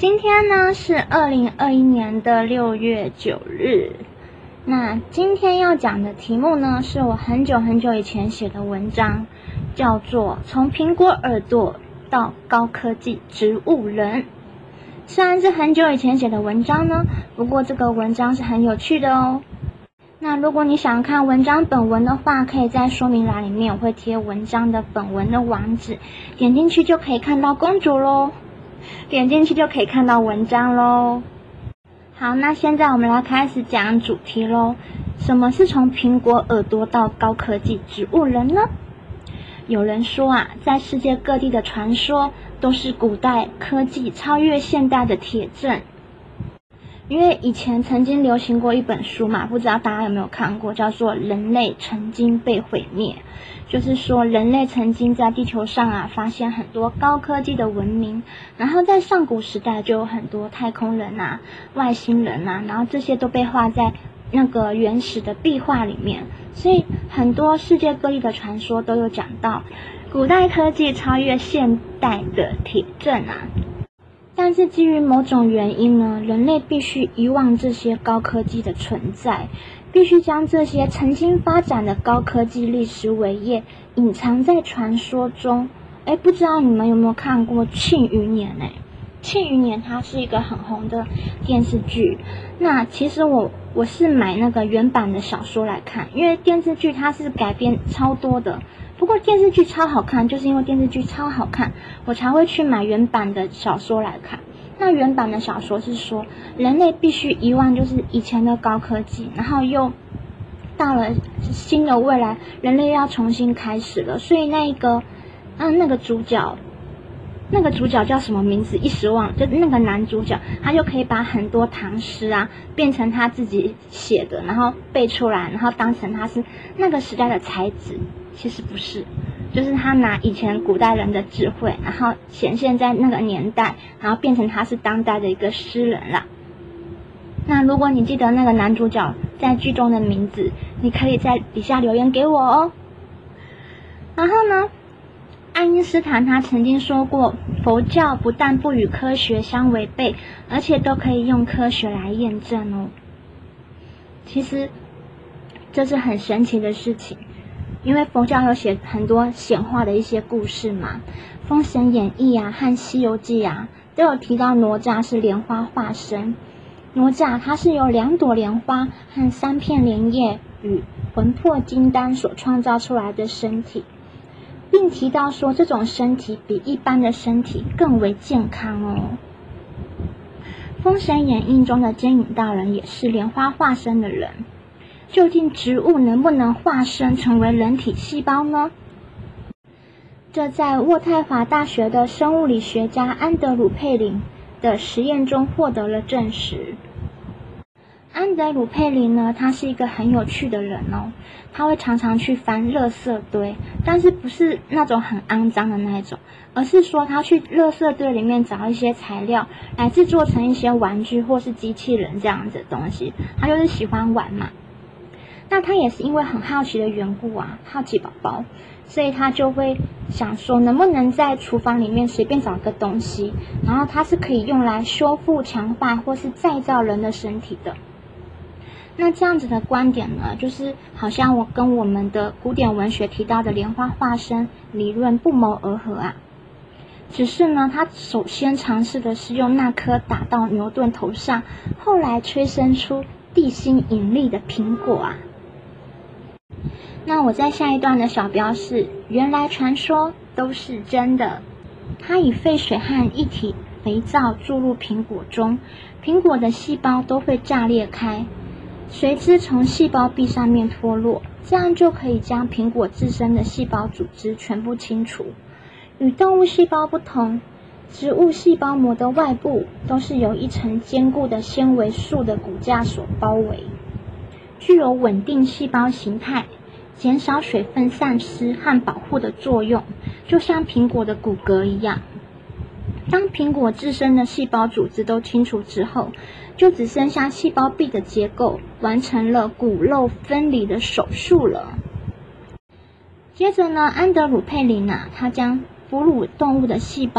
今天呢是2021年的6月9日。那今天要讲的题目呢，是我很久以前写的文章，叫做从苹果耳朵到高科技植物人。虽然是很久以前写的文章呢，不过这个文章是很有趣的哦。那如果你想看文章本文的话，可以在说明栏里面我会贴文章的本文的网址，点进去就可以看到公主咯，点进去就可以看到文章咯。好，那现在我们来开始讲主题咯。什么是从苹果耳朵到高科技植物人呢？有人说啊，在世界各地的传说都是古代科技超越现代的铁证。因为以前曾经流行过一本书嘛，不知道大家有没有看过，叫做《人类曾经被毁灭》。就是说人类曾经在地球上啊发现很多高科技的文明，然后在上古时代就有很多太空人啊、外星人啊，然后这些都被画在那个原始的壁画里面。所以很多世界各地的传说都有讲到古代科技超越现代的铁证啊。但是基于某种原因呢，人类必须遗忘这些高科技的存在，必须将这些曾经发展的高科技历史伟业隐藏在传说中。不知道你们有没有看过《庆余年》呢？《庆余年》它是一个很红的电视剧。那其实我是买那个原版的小说来看，因为电视剧它是改编超多的。不过电视剧超好看，就是因为电视剧超好看，我才会去买原版的小说来看。那原版的小说是说，人类必须遗忘就是以前的高科技，然后又到了新的未来，人类又要重新开始了。所以那个主角叫什么名字一时忘了，就那个男主角，他就可以把很多唐诗啊变成他自己写的，然后背出来，然后当成他是那个时代的才子。其实不是，就是他拿以前古代人的智慧，然后显现在那个年代，然后变成他是当代的一个诗人啦。那如果你记得那个男主角在剧中的名字，你可以在底下留言给我哦。然后呢，爱因斯坦他曾经说过，佛教不但不与科学相违背，而且都可以用科学来验证哦。其实这是很神奇的事情。因为佛教有写很多显化的一些故事嘛，《封神演义》啊和《西游记》啊都有提到哪吒是莲花化身。哪吒它是由2朵莲花和3片莲叶与魂魄金丹所创造出来的身体，并提到说这种身体比一般的身体更为健康哦。《封神演义》中的监影大人也是莲花化身的人。究竟植物能不能化身成为人体细胞呢？这在渥太华大学的生物理学家安德鲁佩林的实验中获得了证实。安德鲁佩林呢，他是一个很有趣的人哦，他会常常去翻垃圾堆，但是不是那种很肮脏的那一种，而是说他去垃圾堆里面找一些材料来制作成一些玩具或是机器人这样子的东西，他就是喜欢玩嘛。那他也是因为很好奇的缘故啊，好奇宝宝，所以他就会想说能不能在厨房里面随便找个东西，然后它是可以用来修复、强化或是再造人的身体的。那这样子的观点呢，就是好像我跟我们的古典文学提到的莲花化身理论不谋而合啊。只是呢，他首先尝试的是用那颗打到牛顿头上，后来催生出地心引力的苹果啊。那我在下一段的小标是原来传说都是真的。它以废水和一体肥皂注入苹果中，苹果的细胞都会炸裂开，随之从细胞壁上面脱落，这样就可以将苹果自身的细胞组织全部清除。与动物细胞不同，植物细胞膜的外部都是由一层坚固的纤维素的骨架所包围，具有稳定细胞形态、减少水分散失和保护的作用，就像苹果的骨骼一样。当苹果自身的细胞组织都清除之后，就只剩下细胞壁的结构，完成了骨肉分离的手术了。接着呢，安德鲁佩林他将哺乳动物的细胞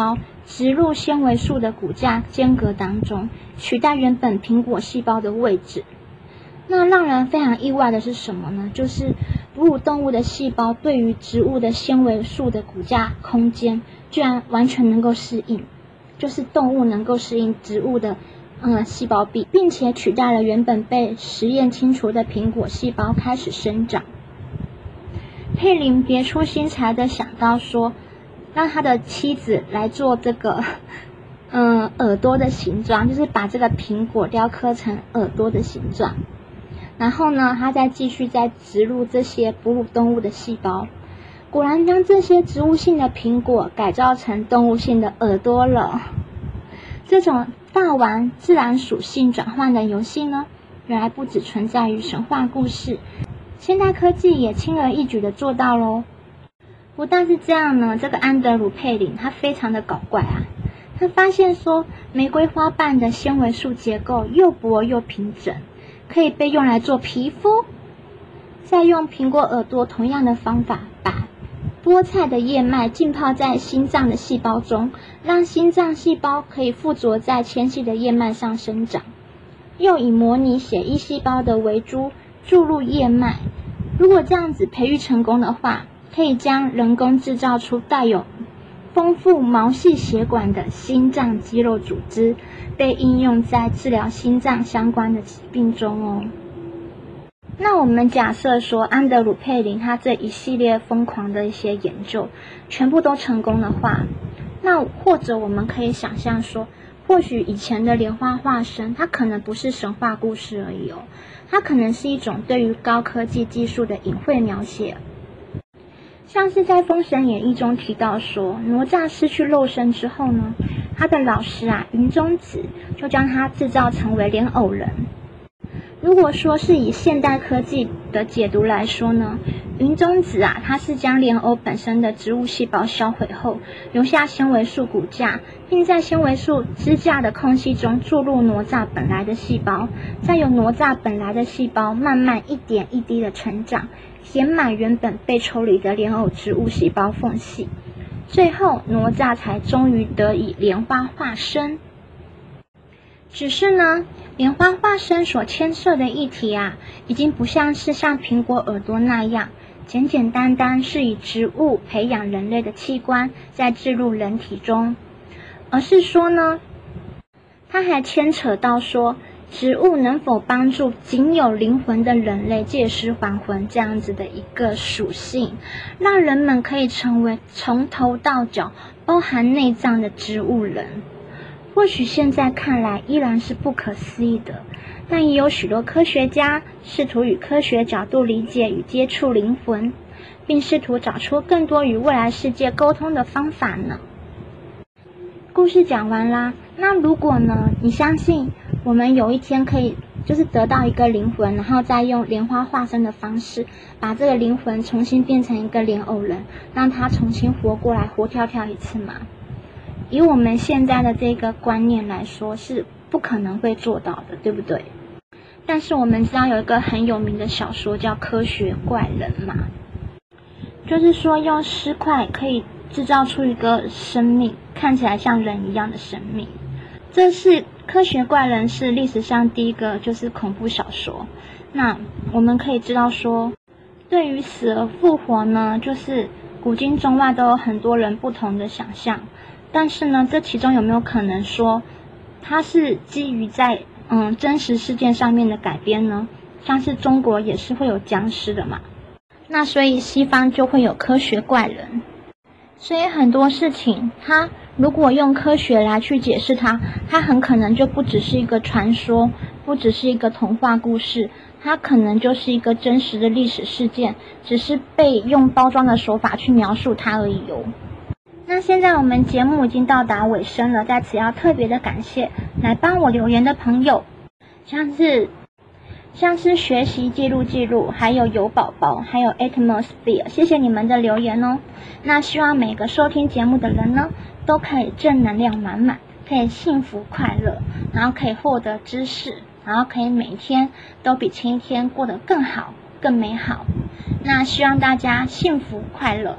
植入纤维素的骨架间隔当中，取代原本苹果细胞的位置。那让人非常意外的是什么呢？就是哺乳动物的细胞对于植物的纤维素的骨架空间居然完全能够适应，就是动物能够适应植物的细胞壁，并且取代了原本被实验清除的苹果细胞开始生长。佩林别出心裁的想到说，让他的妻子来做这个耳朵的形状，就是把这个苹果雕刻成耳朵的形状。然后呢，他再继续再植入这些哺乳动物的细胞，果然将这些植物性的苹果改造成动物性的耳朵了。这种大玩自然属性转换的游戏呢，原来不只存在于神话故事，现代科技也轻而易举的做到咯。不但是这样呢，这个安德鲁·佩林他非常的搞怪啊，他发现说玫瑰花瓣的纤维素结构又薄又平整，可以被用来做皮肤。再用苹果耳朵同样的方法，把菠菜的叶脉浸泡在心脏的细胞中，让心脏细胞可以附着在纤细的叶脉上生长。又以模拟血液细胞的微珠注入叶脉，如果这样子培育成功的话，可以将人工制造出带有丰富毛细血管的心脏肌肉组织，被应用在治疗心脏相关的疾病中哦。那我们假设说安德鲁·佩林他这一系列疯狂的一些研究全部都成功的话，那或者我们可以想象说，或许以前的莲花化身它可能不是神话故事而已哦，它可能是一种对于高科技技术的隐晦描写。像是在《封神演义》中提到说，哪吒失去肉身之后呢，他的老师云中子就将他制造成为莲藕人。如果说是以现代科技的解读来说呢，云中子它是将莲藕本身的植物细胞销毁后，留下纤维素骨架，并在纤维素支架的空隙中注入哪吒本来的细胞，再由哪吒本来的细胞慢慢一点一滴的成长，填满原本被抽离的莲藕植物细胞缝隙，最后哪吒才终于得以莲花化身。只是呢，莲花化身所牵涉的议题已经不像是像苹果耳朵那样简简单单是以植物培养人类的器官再置入人体中，而是说呢，它还牵扯到说植物能否帮助仅有灵魂的人类借尸还魂这样子的一个属性，让人们可以成为从头到脚包含内脏的植物人。或许现在看来依然是不可思议的，但也有许多科学家试图以科学角度理解与接触灵魂，并试图找出更多与未来世界沟通的方法呢。故事讲完啦，那如果呢，你相信我们有一天可以就是得到一个灵魂，然后再用莲花化身的方式把这个灵魂重新变成一个莲藕人，让它重新活过来，活跳跳一次嘛？以我们现在的这个观念来说，是不可能会做到的，对不对？但是我们知道有一个很有名的小说叫《科学怪人》嘛，就是说用尸块可以制造出一个生命，看起来像人一样的生命。这是《科学怪人》是历史上第一个就是恐怖小说。那我们可以知道说，对于死而复活呢，就是古今中外都有很多人不同的想象。但是呢，这其中有没有可能说它是基于在真实事件上面的改编呢？像是中国也是会有僵尸的嘛，那所以西方就会有科学怪人。所以很多事情它如果用科学来去解释它很可能就不只是一个传说，不只是一个童话故事，它可能就是一个真实的历史事件，只是被用包装的手法去描述它而已哦。那现在我们节目已经到达尾声了，在此要特别的感谢来帮我留言的朋友，像是学习记录，还有有宝宝，还有 Atmosphere， 谢谢你们的留言哦。那希望每个收听节目的人呢，都可以正能量满满，可以幸福快乐，然后可以获得知识，然后可以每天都比前一天过得更好更美好。那希望大家幸福快乐。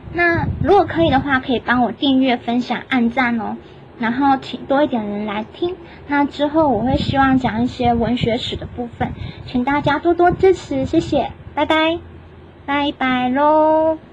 那如果可以的话，可以帮我订阅、分享、按赞哦。然后请多一点人来听。那之后我会希望讲一些文学史的部分，请大家多多支持，谢谢，拜拜，拜拜喽。